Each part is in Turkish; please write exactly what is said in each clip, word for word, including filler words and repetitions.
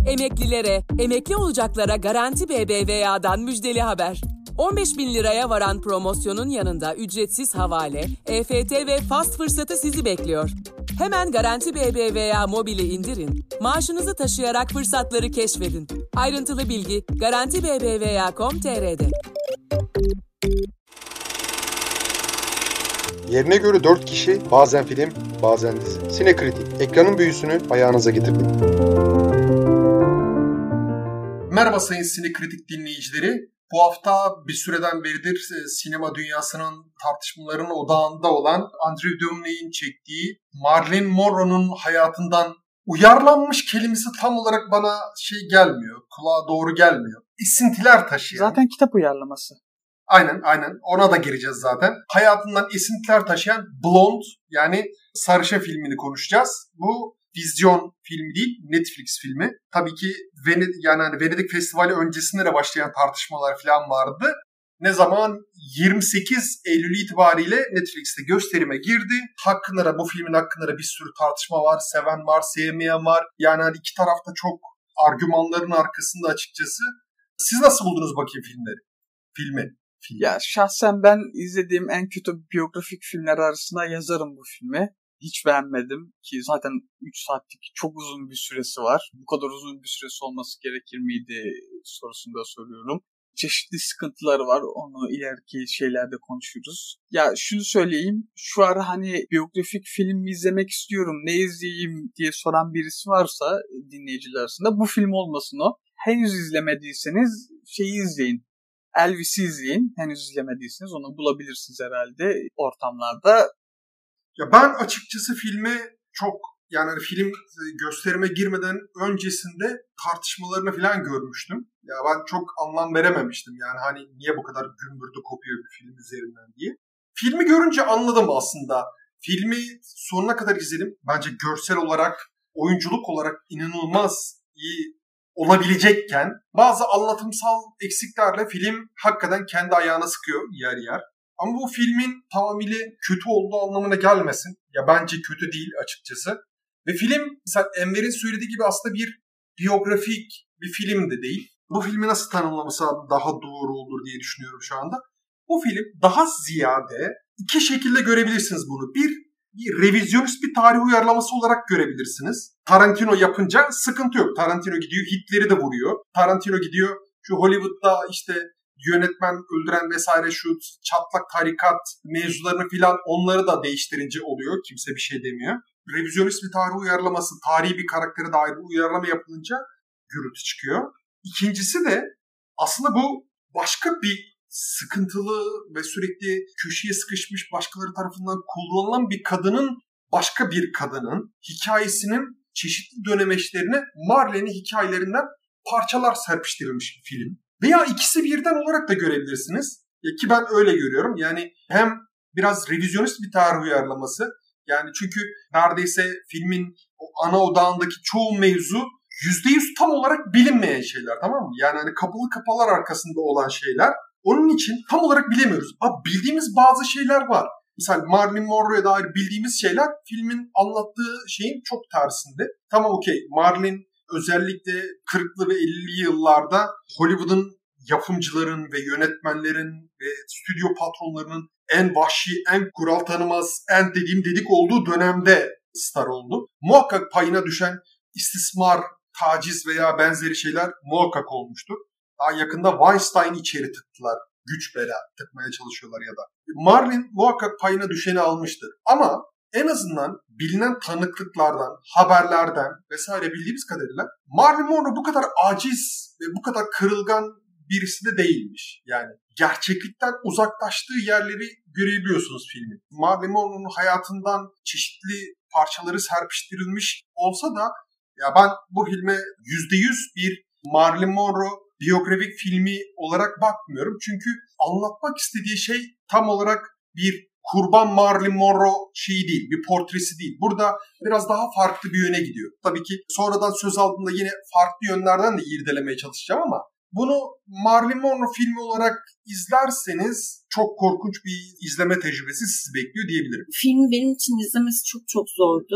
Emeklilere, emekli olacaklara Garanti B B V A'dan müjdeli haber. on beş bin liraya varan promosyonun yanında ücretsiz havale, E F T ve fast fırsatı sizi bekliyor. Hemen Garanti B B V A mobili indirin, maaşınızı taşıyarak fırsatları keşfedin. Ayrıntılı bilgi garanti b b v a nokta com nokta t r'de. Yerine göre dört kişi, bazen film, bazen dizi. Sinekritik, ekranın büyüsünü ayağınıza getirdik. Merhaba sayın Sinekritik dinleyicileri. Bu hafta bir süreden beridir sinema dünyasının tartışmalarının odağında olan Andrew Dominik'in çektiği Marilyn Monroe'nun hayatından uyarlanmış kelimesi tam olarak bana şey gelmiyor, kulağa doğru gelmiyor. Esintiler taşıyan. Zaten kitap uyarlaması. Aynen aynen ona da gireceğiz zaten. Hayatından esintiler taşıyan Blonde yani Sarışın filmini konuşacağız. Bu vizyon filmi değil, Netflix filmi. Tabii ki Vened yani hani Venedik Festivali öncesinde de başlayan tartışmalar falan vardı. Ne zaman yirmi sekiz Eylül itibariyle Netflix'te gösterime girdi. Hakkında da bu filmin hakkında da bir sürü tartışma var. Seven var, sevmeyen var. Yani hani iki tarafta çok argümanların arkasında açıkçası. Siz nasıl buldunuz bakayım filmleri? Filmi. Film. Ya şahsen ben izlediğim en kötü biyografik filmler arasında yazarım bu filmi. Hiç beğenmedim ki zaten üç saatlik çok uzun bir süresi var. Bu kadar uzun bir süresi olması gerekir miydi sorusunu da soruyorum. Çeşitli sıkıntıları var. Onu ileriki şeylerde konuşuruz. Ya şunu söyleyeyim. Şu ara hani biyografik film izlemek istiyorum. Ne izleyeyim diye soran birisi varsa dinleyiciler arasında bu film olmasın o. Henüz izlemediyseniz şeyi izleyin. Elvis'i izleyin. Henüz izlemediyseniz onu bulabilirsiniz herhalde ortamlarda. Ya ben açıkçası filmi çok yani film gösterime girmeden öncesinde tartışmalarını falan görmüştüm. Ya ben çok anlam verememiştim yani hani niye bu kadar gümbürdü kopuyor bir film üzerinden diye. Filmi görünce anladım aslında. Filmi sonuna kadar izledim. Bence görsel olarak, oyunculuk olarak inanılmaz iyi olabilecekken bazı anlatımsal eksiklerle film hakikaten kendi ayağına sıkıyor yer yer. Ama bu filmin tamamıyla kötü olduğu anlamına gelmesin. Ya bence kötü değil açıkçası. Ve film mesela Enver'in söylediği gibi aslında bir biyografik bir film de değil. Bu filmi nasıl tanımlaması daha doğru olur diye düşünüyorum şu anda. Bu film daha ziyade iki şekilde görebilirsiniz bunu. Bir, bir revizyonist bir tarih uyarlaması olarak görebilirsiniz. Tarantino yapınca sıkıntı yok. Tarantino gidiyor Hitler'i de vuruyor. Tarantino gidiyor şu Hollywood'da işte yönetmen öldüren vesaire şu çatlak tarikat mevzularını filan onları da değiştirince oluyor. Kimse bir şey demiyor. Revizyonist bir tarih uyarlaması, tarihi bir karaktere dair bir uyarlama yapılınca gürültü çıkıyor. İkincisi de aslında bu başka bir sıkıntılı ve sürekli köşeye sıkışmış başkaları tarafından kullanılan bir kadının başka bir kadının hikayesinin çeşitli dönemeçlerine Marlene'in hikayelerinden parçalar serpiştirilmiş bir film. Veya ikisi birden olarak da görebilirsiniz. Ya ki ben öyle görüyorum. Yani hem biraz revizyonist bir tarih uyarlaması. Yani çünkü neredeyse filmin o ana odağındaki çoğu mevzu yüzde yüz tam olarak bilinmeyen şeyler, tamam mı? Yani hani kapalı kapalar arkasında olan şeyler. Onun için tam olarak bilemiyoruz. Ama bildiğimiz bazı şeyler var. Mesela Marilyn Monroe'ya dair bildiğimiz şeyler filmin anlattığı şeyin çok tersinde. Tamam okey, Marilyn özellikle kırklı ve ellili yıllarda Hollywood'un yapımcıların ve yönetmenlerin ve stüdyo patronlarının en vahşi, en kural tanımaz, en dediğim dedik olduğu dönemde star oldu. Muhakkak payına düşen istismar, taciz veya benzeri şeyler muhakkak olmuştur. Daha yakında Weinstein'i içeri tıktılar. Güç bela tıkmaya çalışıyorlar ya da. Marilyn muhakkak payına düşeni almıştır. Ama en azından bilinen tanıklıklardan, haberlerden vesaire bildiğimiz kadarıyla Marilyn Monroe bu kadar aciz ve bu kadar kırılgan birisi de değilmiş. Yani gerçeklikten uzaklaştığı yerleri görebiliyorsunuz filmin. Marilyn Monroe'nun hayatından çeşitli parçaları serpiştirilmiş olsa da ya ben bu filme yüzde yüz bir Marilyn Monroe biyografik filmi olarak bakmıyorum. Çünkü anlatmak istediği şey tam olarak bir kurban Marilyn Monroe şeyi değil, bir portresi değil. Burada biraz daha farklı bir yöne gidiyor. Tabii ki sonradan söz aldığımda yine farklı yönlerden de irdelemeye çalışacağım ama bunu Marilyn Monroe filmi olarak izlerseniz çok korkunç bir izleme tecrübesi sizi bekliyor diyebilirim. Film benim için izlemesi çok çok zordu.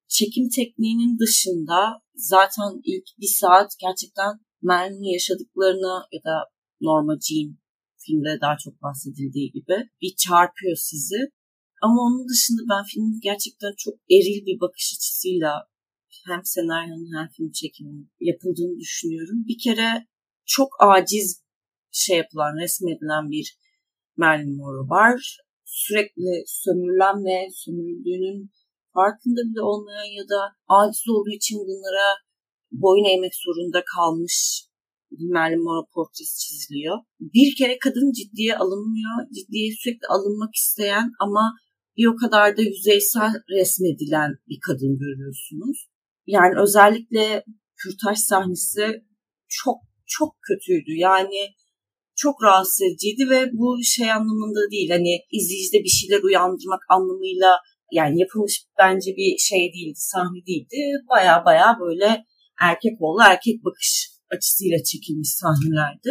çekim tekniğinin dışında zaten ilk bir saat gerçekten Marilyn'in yaşadıklarını ya da Norma Jean filmde daha çok bahsedildiği gibi bir çarpıyor sizi. Ama onun dışında ben filmin gerçekten çok eril bir bakış açısıyla hem senaryonun hem film çekiminin yapıldığını düşünüyorum. Bir kere çok aciz şey yapılan, resmedilen bir Marilyn Monroe var. Sürekli sömürülen ve sömürüldüğünün farkında bile olmayan ya da aciz olduğu için bunlara boyun eğmek zorunda kalmış bir Marilyn Monroe portresi çiziliyor. Bir kere kadın ciddiye alınmıyor. Ciddiye sürekli alınmak isteyen ama bir o kadar da yüzeysel resmedilen bir kadın görüyorsunuz. Yani özellikle kürtaj sahnesi çok çok kötüydü. Yani çok rahatsız ediciydi ve bu şey anlamında değil. Hani izleyicide bir şeyler uyandırmak anlamıyla yani yapılmış bence bir şey değildi, sahne değildi. Baya baya böyle erkek oğlu erkek bakış açısıyla çekilmiş sahnelerdi.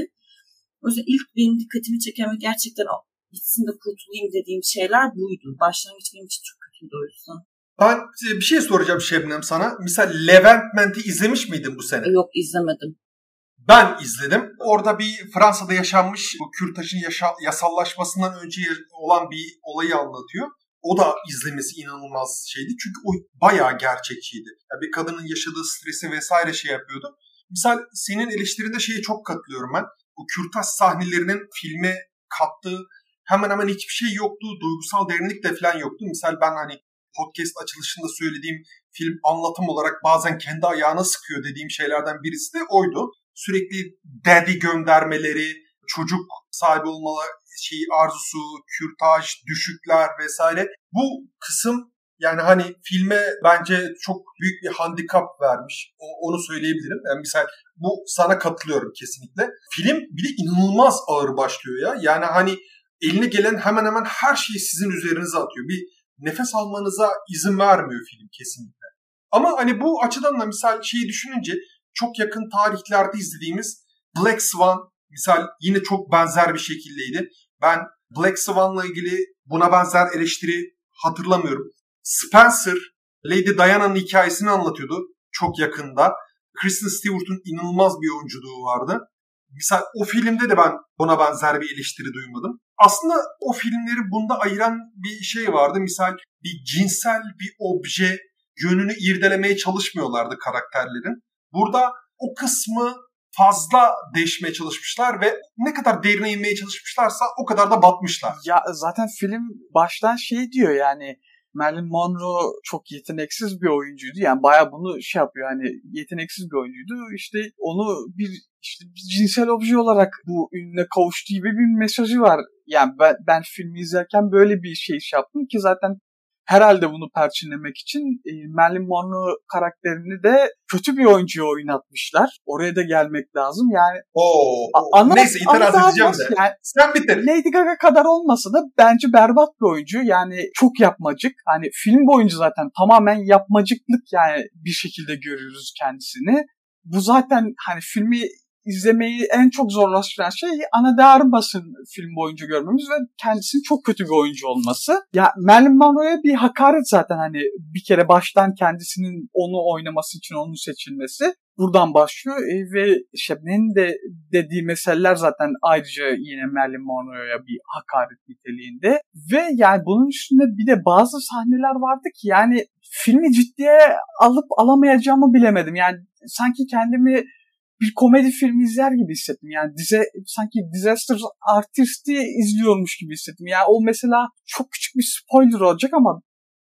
O yüzden ilk benim dikkatimi çeken ve gerçekten gitsin de kurtulayım dediğim şeyler buydu. Başlangıç benim için çok kötüydü o yüzden. Ben bir şey soracağım Şebnem sana. Misal Leventment'i izlemiş miydin bu sene? Yok, izlemedim. Ben izledim. Orada bir Fransa'da yaşanmış bu kürtajın yaşa- yasallaşmasından önce olan bir olayı anlatıyor. O da izlemesi inanılmaz şeydi. Çünkü o bayağı gerçekçiydi. Yani bir kadının yaşadığı stresi vesaire şey yapıyordu. Misal senin eleştirinde şeye çok katılıyorum ben. Bu kürtaj sahnelerinin filme kattığı hemen hemen hiçbir şey yoktu. Duygusal derinlik de falan yoktu. Misal ben hani podcast açılışında söylediğim film anlatım olarak bazen kendi ayağına sıkıyor dediğim şeylerden birisi de oydu. Sürekli daddy göndermeleri, çocuk sahibi olmalı şeyi arzusu, kürtaj, düşükler vesaire. Bu kısım yani hani filme bence çok büyük bir handikap vermiş. O, onu söyleyebilirim. Yani misal bu sana katılıyorum kesinlikle. Film bir de inanılmaz ağır başlıyor ya. Yani hani eline gelen hemen hemen her şeyi sizin üzerinize atıyor. Bir nefes almanıza izin vermiyor film kesinlikle. Ama hani bu açıdan da misal şeyi düşününce çok yakın tarihlerde izlediğimiz Black Swan misal yine çok benzer bir şekildeydi. Ben Black Swan'la ilgili buna benzer eleştiri hatırlamıyorum. Spencer, Lady Diana'nın hikayesini anlatıyordu çok yakında. Kristen Stewart'un inanılmaz bir oyunculuğu vardı. Misal o filmde de ben buna benzer bir eleştiri duymadım. Aslında o filmleri bunda ayıran bir şey vardı. Misal bir cinsel bir obje yönünü irdelemeye çalışmıyorlardı karakterlerin. Burada o kısmı fazla değişmeye çalışmışlar ve ne kadar derine inmeye çalışmışlarsa o kadar da batmışlar. Ya zaten film baştan şey diyor yani Marilyn Monroe çok yeteneksiz bir oyuncuydu. Yani bayağı bunu şey yapıyor hani yeteneksiz bir oyuncuydu. İşte onu bir işte bir cinsel obje olarak bu ününe kavuştuğu gibi bir mesajı var. Yani ben, ben filmi izlerken böyle bir şey şey yaptım ki zaten herhalde bunu perçinlemek için e, Marilyn Monroe karakterini de kötü bir oyuncuya oynatmışlar. Oraya da gelmek lazım. Yani Oo, a- ana, neyse itiraz ana edeceğim boss, de. Yani, sen bitir. Lady Gaga kadar olmasa da bence berbat bir oyuncu. Yani çok yapmacık. Hani film boyunca zaten tamamen yapmacıklık yani bir şekilde görüyoruz kendisini. Bu zaten hani filmi izlemeyi en çok zorlaştıran şey Ana de Armas'ın film boyunca görmemiz ve kendisinin çok kötü bir oyuncu olması. Ya Marilyn Monroe'ya bir hakaret zaten hani bir kere baştan kendisinin onu oynaması için onun seçilmesi buradan başlıyor e, ve Şebnem'in de dediği meseleler zaten ayrıca yine Marilyn Monroe'ya bir hakaret niteliğinde ve yani bunun üstünde bir de bazı sahneler vardı ki yani filmi ciddiye alıp alamayacağımı bilemedim. Yani sanki kendimi bir komedi filmi izler gibi hissettim. Yani dize, sanki Disaster Artist'i izliyormuş gibi hissettim. Yani o mesela çok küçük bir spoiler olacak ama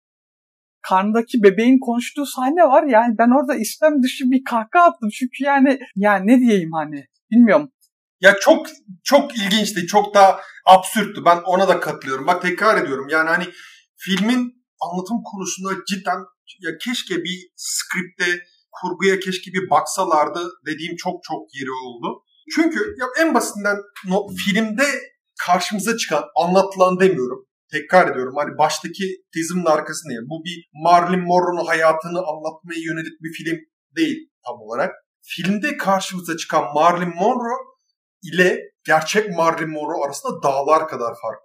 karnındaki bebeğin konuştuğu sahne var. Yani ben orada istem dışı bir kahkaha attım. Çünkü yani yani ne diyeyim hani bilmiyorum. Ya çok çok ilginçti. Çok da absürttü. Ben ona da katılıyorum. Bak tekrar ediyorum. Yani hani filmin anlatım konusunda cidden ya keşke bir skripte kurguya keşke bir baksalardı dediğim çok çok yeri oldu. Çünkü ya en basitinden no, filmde karşımıza çıkan, anlatılan demiyorum. Tekrar ediyorum. Hani baştaki tezimin arkasındayım. Bu bir Marilyn Monroe'nun hayatını anlatmaya yönelik bir film değil tam olarak. Filmde karşımıza çıkan Marilyn Monroe ile gerçek Marilyn Monroe arasında dağlar kadar fark var.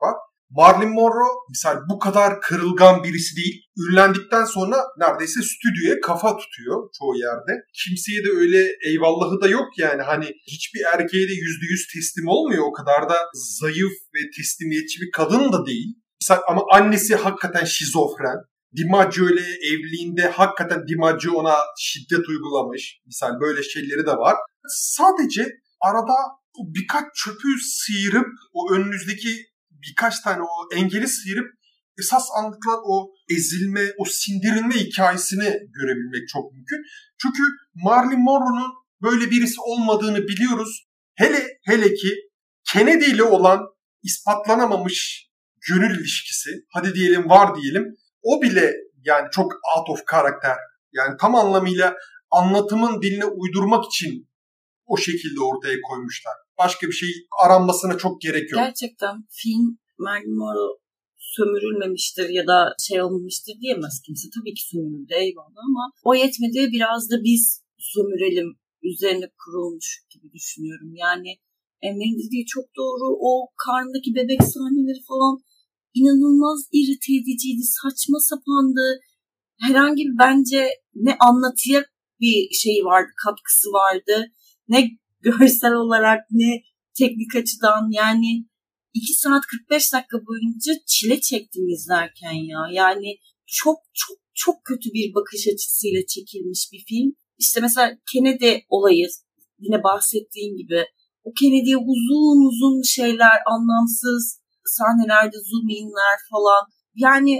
Marilyn Monroe misal bu kadar kırılgan birisi değil. Ünlendikten sonra neredeyse stüdyoya kafa tutuyor çoğu yerde. Kimseye de öyle eyvallahı da yok yani. Hani hiçbir erkeğe de yüzde yüz teslim olmuyor. O kadar da zayıf ve teslimiyetçi bir kadın da değil. Misal ama annesi hakikaten şizofren. DiMaggio ile evliliğinde hakikaten DiMaggio ona şiddet uygulamış. Misal böyle şeyleri de var. Sadece arada birkaç çöpü sıyırıp o önünüzdeki birkaç tane o engeli sıyırıp esas anlatılan o ezilme, o sindirilme hikayesini görebilmek çok mümkün. Çünkü Marilyn Monroe'nun böyle birisi olmadığını biliyoruz. Hele hele ki Kennedy ile olan ispatlanamamış gönül ilişkisi, hadi diyelim var diyelim, o bile yani çok out of karakter. Yani tam anlamıyla anlatımın diline uydurmak için o şekilde ortaya koymuşlar. Başka bir şey aranmasına çok gerek yok. Gerçekten film Marilyn Monroe sömürülmemiştir ya da şey olmamıştır diyemez kimse. Tabii ki sömürüldü eyvallah ama o yetmedi, biraz da biz sömürelim üzerine kurulmuş gibi düşünüyorum. Yani Emre'nin dediği çok doğru. O karnındaki bebek sahneleri falan inanılmaz irite ediciydi, saçma sapandı. Herhangi bir bence ne anlatıya bir şey vardı, katkısı vardı, ne görsel olarak ne teknik açıdan. Yani iki saat kırk beş dakika boyunca çile çektim izlerken ya. Yani çok çok çok kötü bir bakış açısıyla çekilmiş bir film. İşte mesela Kennedy olayı, yine bahsettiğin gibi o Kennedy'ye uzun uzun şeyler, anlamsız sahnelerde zoom inler falan. Yani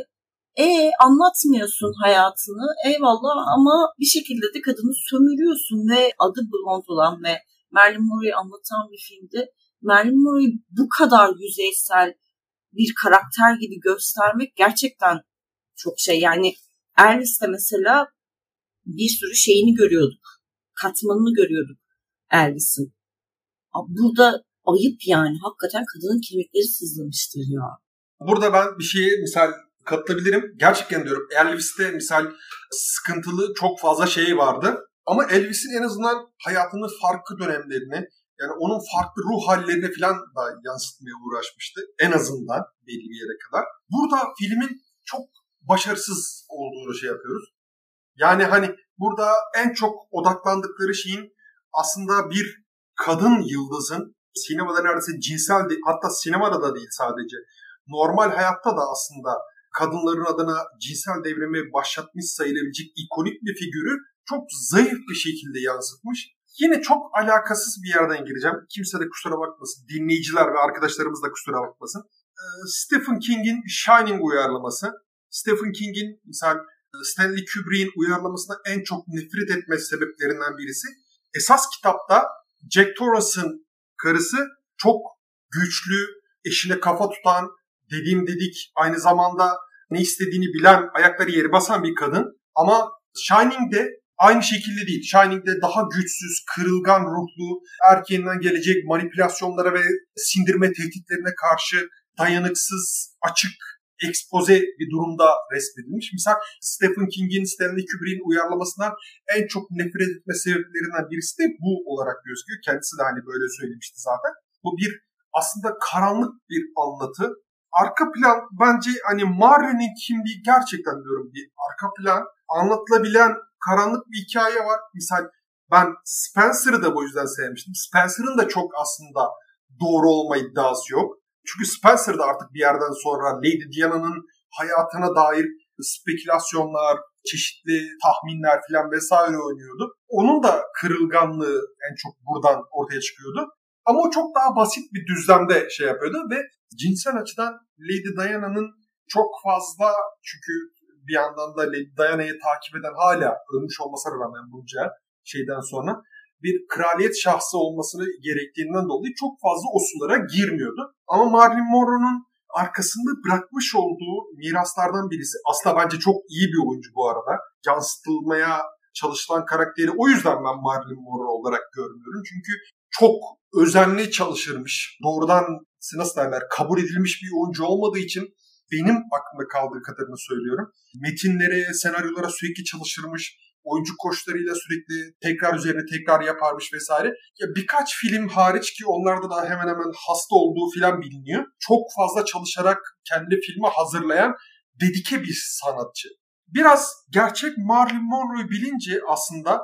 e anlatmıyorsun hayatını eyvallah ama bir şekilde de kadını sömürüyorsun ve adı Blonde olan ve Marilyn Monroe'yu anlatan bir filmdi. Marilyn Monroe'yu bu kadar yüzeysel bir karakter gibi göstermek gerçekten çok şey. Yani Elvis'te mesela bir sürü şeyini görüyorduk. Katmanını görüyorduk Elvis'in. Burada ayıp yani. Hakikaten kadının kemikleri sızlamıştır ya. Burada ben bir şeye misal katılabilirim. Gerçekten diyorum Elvis'te misal sıkıntılı çok fazla şey vardı. Ama Elvis'in en azından hayatının farklı dönemlerini, yani onun farklı ruh hallerini falan da yansıtmaya uğraşmıştı. En azından belli bir yere kadar. Burada filmin çok başarısız olduğunu şey yapıyoruz. Yani hani burada en çok odaklandıkları şeyin aslında bir kadın yıldızın sinemada neredeyse cinsel değil, hatta sinemada da değil sadece, normal hayatta da aslında kadınların adına cinsel devrimi başlatmış sayılabilecek ikonik bir figürü çok zayıf bir şekilde yansıtmış. Yine çok alakasız bir yerden gireceğim. Kimse de kusura bakmasın. Dinleyiciler ve arkadaşlarımız da kusura bakmasın. Ee, Stephen King'in Shining uyarlaması. Stephen King'in misal Stanley Kubrick'in uyarlamasına en çok nefret etme sebeplerinden birisi. Esas kitapta Jack Torrance'ın karısı çok güçlü, eşine kafa tutan, dediğim dedik, aynı zamanda ne istediğini bilen, ayakları yere basan bir kadın. Ama Shining'de aynı şekilde değil. Shining'de daha güçsüz, kırılgan ruhlu, erkeğinden gelecek manipülasyonlara ve sindirme tehditlerine karşı dayanıksız, açık, ekspoze bir durumda resmedilmiş. Mesela Stephen King'in Stanley Kubrick'in uyarlamasından en çok nefret etme sebeplerinden birisi de bu olarak gözüküyor. Kendisi de hani böyle söylemişti zaten. Bu bir aslında karanlık bir anlatı. Arka plan bence hani Marley'nin kimliği gerçekten diyorum bir arka plan. Anlatılabilen karanlık bir hikaye var. Misal ben Spencer'ı da bu yüzden sevmiştim. Spencer'ın da çok aslında doğru olma iddiası yok. Çünkü Spencer da artık bir yerden sonra Lady Diana'nın hayatına dair spekülasyonlar, çeşitli tahminler falan vesaire oynuyordu. Onun da kırılganlığı en çok buradan ortaya çıkıyordu. Ama o çok daha basit bir düzlemde şey yapıyordu ve cinsel açıdan Lady Diana'nın çok fazla, çünkü bir yandan da Lady Diana'yı takip eden, hala ölmüş olmasına rağmen bunca şeyden sonra bir kraliyet şahsı olmasını gerektiğinden dolayı çok fazla o sulara girmiyordu. Ama Marilyn Monroe'nun arkasında bırakmış olduğu miraslardan birisi. Aslında bence çok iyi bir oyuncu bu arada. Yansıtılmaya çalışılan karakteri o yüzden ben Marilyn Monroe olarak görmüyorum. Çünkü çok özenli çalışırmış. Doğrudan nasıl derler, kabul edilmiş bir oyuncu olmadığı için benim aklımda kaldığı kadarını söylüyorum. Metinlere, senaryolara sürekli çalışırmış. oyuncu koçlarıyla sürekli tekrar üzerine tekrar yaparmış vesaire. Ya birkaç film hariç ki onlarda da hemen hemen hasta olduğu filan biliniyor. Çok fazla çalışarak kendi filmi hazırlayan dedike bir sanatçı. Biraz gerçek Marilyn Monroe'yu bilince aslında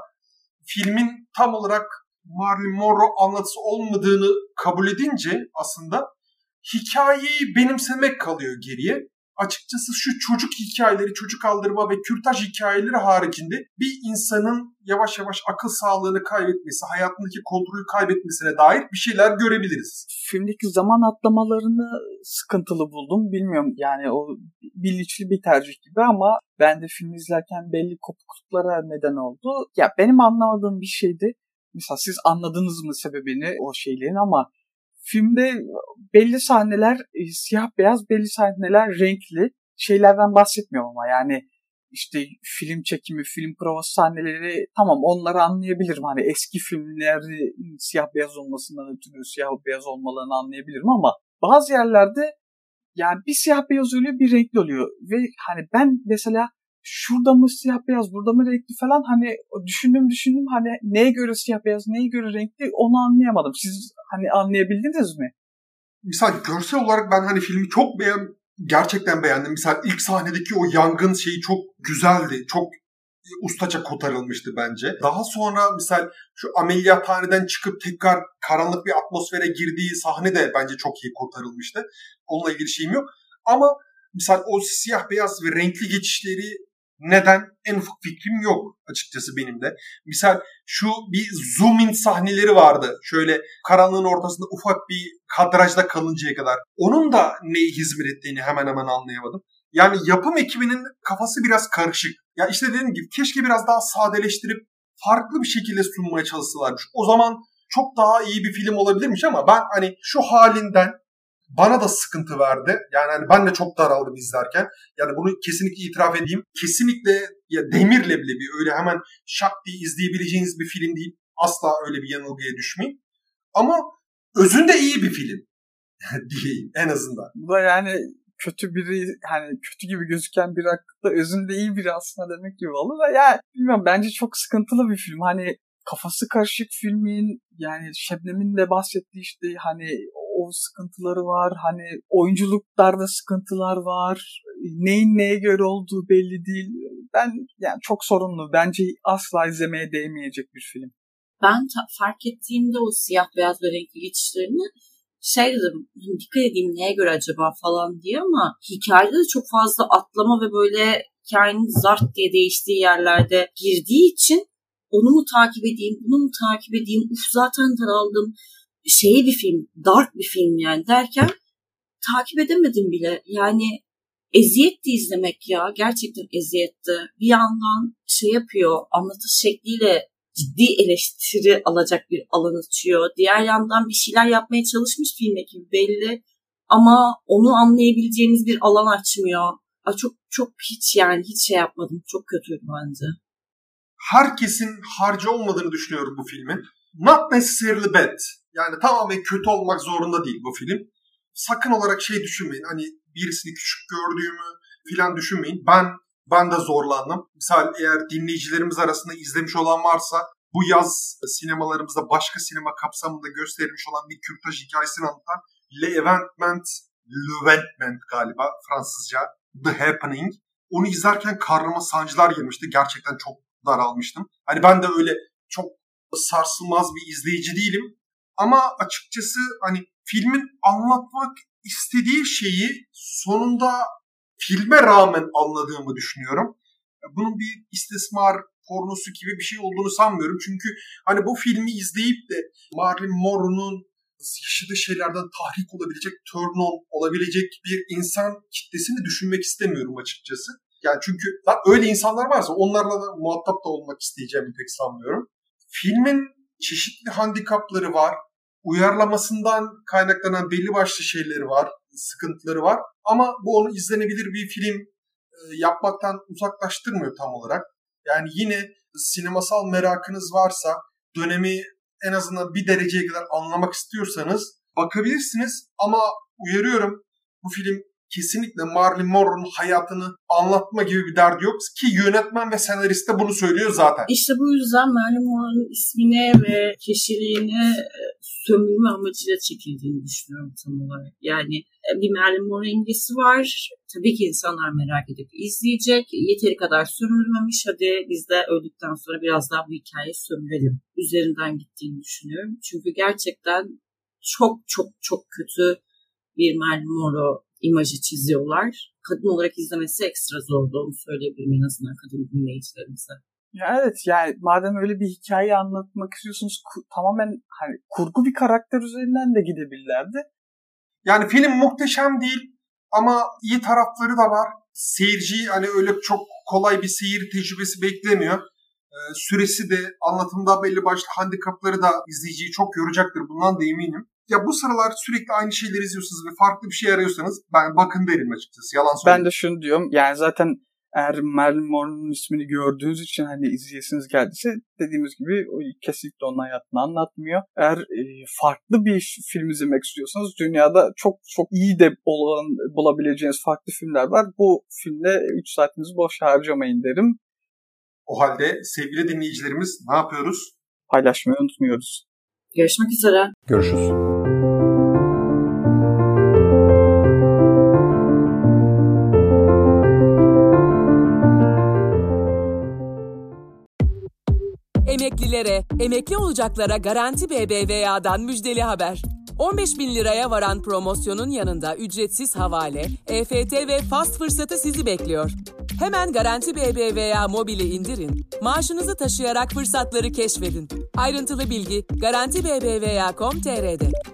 filmin tam olarak Marilyn Monroe anlatısı olmadığını kabul edince aslında hikayeyi benimsemek kalıyor geriye. Açıkçası şu çocuk hikayeleri, çocuk aldırma ve kürtaj hikayeleri haricinde bir insanın yavaş yavaş akıl sağlığını kaybetmesi, hayatındaki kontrolü kaybetmesine dair bir şeyler görebiliriz. Filmdeki zaman atlamalarını sıkıntılı buldum. Bilmiyorum yani o bilinçli bir tercih gibi ama ben de filmi izlerken belli kopukluklara neden oldu. Ya benim anlamadığım bir şeydi. Mesela siz anladınız mı sebebini o şeylerin ama filmde belli sahneler e, siyah beyaz, belli sahneler renkli. Şeylerden bahsetmiyorum ama yani işte film çekimi, film provası sahneleri tamam onları anlayabilirim. Hani eski filmlerin siyah beyaz olmasından ötürü siyah beyaz olmalarını anlayabilirim ama bazı yerlerde yani bir siyah beyaz oluyor, bir renkli oluyor. Ve hani ben mesela şurada mı siyah beyaz, burada mı renkli falan hani düşündüm düşündüm hani neye göre siyah beyaz, neye göre renkli onu anlayamadım. Siz hani anlayabildiniz mi? Misal görsel olarak ben hani filmi çok beğen, gerçekten beğendim. Misal ilk sahnedeki o yangın şeyi çok güzeldi. Çok ustaça kotarılmıştı bence. Daha sonra misal şu ameliyathaneden çıkıp tekrar karanlık bir atmosfere girdiği sahne de bence çok iyi kotarılmıştı. Onunla ilgili şeyim yok. Ama misal o siyah beyaz ve renkli geçişleri neden? En ufak fikrim yok açıkçası benim de. Misal şu bir zoom in sahneleri vardı. Şöyle karanlığın ortasında ufak bir kadrajda kalıncaya kadar. Onun da neye hizmet ettiğini hemen hemen anlayamadım. Yani yapım ekibinin kafası biraz karışık. Ya işte dediğim gibi keşke biraz daha sadeleştirip farklı bir şekilde sunmaya çalışsalarmış. O zaman çok daha iyi bir film olabilirmiş ama ben hani şu halinden bana da sıkıntı verdi. Yani hani ben de çok daraldım izlerken. Yani bunu kesinlikle itiraf edeyim. Kesinlikle ya demir leblebi öyle hemen şak diye izleyebileceğiniz bir film değil. Asla öyle bir yanılgıya düşmeyin. Ama özünde iyi bir film diyeyim en azından. Bu da yani kötü biri hani kötü gibi gözüken biri hakkında özünde iyi biri aslında demek gibi olur da ya bilmiyorum bence çok sıkıntılı bir film. Hani kafası karışık filmin yani Şebnem'in de bahsettiği işte hani o sıkıntıları var. Hani oyunculuklarda sıkıntılar var. Neyin neye göre olduğu belli değil. Ben yani çok sorunlu. Bence asla izlemeye değmeyecek bir film. Ben ta- fark ettiğimde o siyah beyaz ve renkli geçişlerini şey dedim, dikkat edeyim neye göre acaba falan diye ama hikayede de çok fazla atlama ve böyle hikayenin zart diye değiştiği yerlerde girdiği için onu mu takip edeyim, bunu mu takip edeyim, uf zaten daraldım. Şey bir film, dark bir film yani derken takip edemedim bile. Yani eziyetti izlemek ya. Gerçekten eziyetti. Bir yandan şey yapıyor, anlatış şekliyle ciddi eleştiri alacak bir alan açıyor. Diğer yandan bir şeyler yapmaya çalışmış film ekibi belli. Ama onu anlayabileceğiniz bir alan açmıyor. Aa, çok çok hiç yani hiç şey yapmadım. Çok kötüydü bence. Herkesin harcı olmadığını düşünüyorum bu filmin. Not necessarily bad. Yani tamamen kötü olmak zorunda değil bu film. Sakın olarak şey düşünmeyin. Hani birisini küçük gördüğümü falan düşünmeyin. Ben ben de zorlandım. Misal eğer dinleyicilerimiz arasında izlemiş olan varsa bu yaz sinemalarımızda başka sinema kapsamında gösterilmiş olan bir kürtaj hikayesini anlatan L'Evénement, L'Evénement galiba Fransızca The Happening. Onu izlerken karnıma sancılar girmişti. Gerçekten çok daralmıştım. Hani ben de öyle çok sarsılmaz bir izleyici değilim. Ama açıkçası hani filmin anlatmak istediği şeyi sonunda filme rağmen anladığımı düşünüyorum. Bunun bir istismar pornosu gibi bir şey olduğunu sanmıyorum. Çünkü hani bu filmi izleyip de Marilyn Monroe'nun yaşadığı şeylerden tahrik olabilecek, turn on olabilecek bir insan kitlesini düşünmek istemiyorum açıkçası. Yani çünkü öyle insanlar varsa onlarla da muhatap da olmak isteyeceğimi pek sanmıyorum. Filmin çeşitli handikapları var. Uyarlamasından kaynaklanan belli başlı şeyleri var, sıkıntıları var. Ama bu onu izlenebilir bir film e, yapmaktan uzaklaştırmıyor tam olarak. Yani yine sinemasal merakınız varsa, dönemi en azından bir dereceye kadar anlamak istiyorsanız bakabilirsiniz. Ama uyarıyorum, bu film kesinlikle Marilyn Monroe'nun hayatını anlatma gibi bir derdi yok ki yönetmen ve senarist de bunu söylüyor zaten. İşte bu yüzden Marilyn Monroe'nun ismine ve kişiliğine sömürme amacıyla çekildiğini düşünüyorum tam olarak. Yani bir Marilyn Monroe imgesi var. Tabii ki insanlar merak edip izleyecek. Yeteri kadar sömürülmemiş. Hadi biz de öldükten sonra biraz daha bu hikayeyi sömürelim. Üzerinden gittiğini düşünüyorum. Çünkü gerçekten çok çok çok kötü bir Marilyn Monroe imajı çiziyorlar. Kadın olarak izlemesi ekstra zordu. Onu söyleyebilirim en azından kadın dinleyicilerimize. Ya evet, yani madem öyle bir hikaye anlatmak istiyorsunuz, ku- tamamen hani kurgu bir karakter üzerinden de gidebilirlerdi. Yani film muhteşem değil ama iyi tarafları da var. Seyirciyi hani öyle çok kolay bir seyir tecrübesi beklemiyor. Ee, süresi de anlatımda belli başlı handikapları da izleyiciyi çok yoracaktır. Bundan da eminim. Ya bu sıralar sürekli aynı şeyleri izliyorsunuz ve farklı bir şey arıyorsanız ben bakın derim açıkçası. Yalan söyleyeyim. Ben de şunu diyorum, yani zaten eğer Marilyn Monroe'nun ismini gördüğünüz için hani izleyesiniz geldiyse, dediğimiz gibi o kesinlikle onun hayatını anlatmıyor. Eğer e, farklı bir film izlemek istiyorsanız dünyada çok çok iyi de olan, bulabileceğiniz farklı filmler var. Bu filmde üç saatinizi boş harcamayın derim. O halde sevgili dinleyicilerimiz ne yapıyoruz? Paylaşmayı unutmuyoruz. Görüşmek üzere. Görüşürüz. Emeklilere, emekli olacaklara Garanti B B V A'dan müjdeli haber. on beş bin liraya varan promosyonun yanında ücretsiz havale, E F T ve fast fırsatı sizi bekliyor. Hemen Garanti B B V A mobili indirin, maaşınızı taşıyarak fırsatları keşfedin. Ayrıntılı bilgi garanti b b v a nokta com nokta t r'de.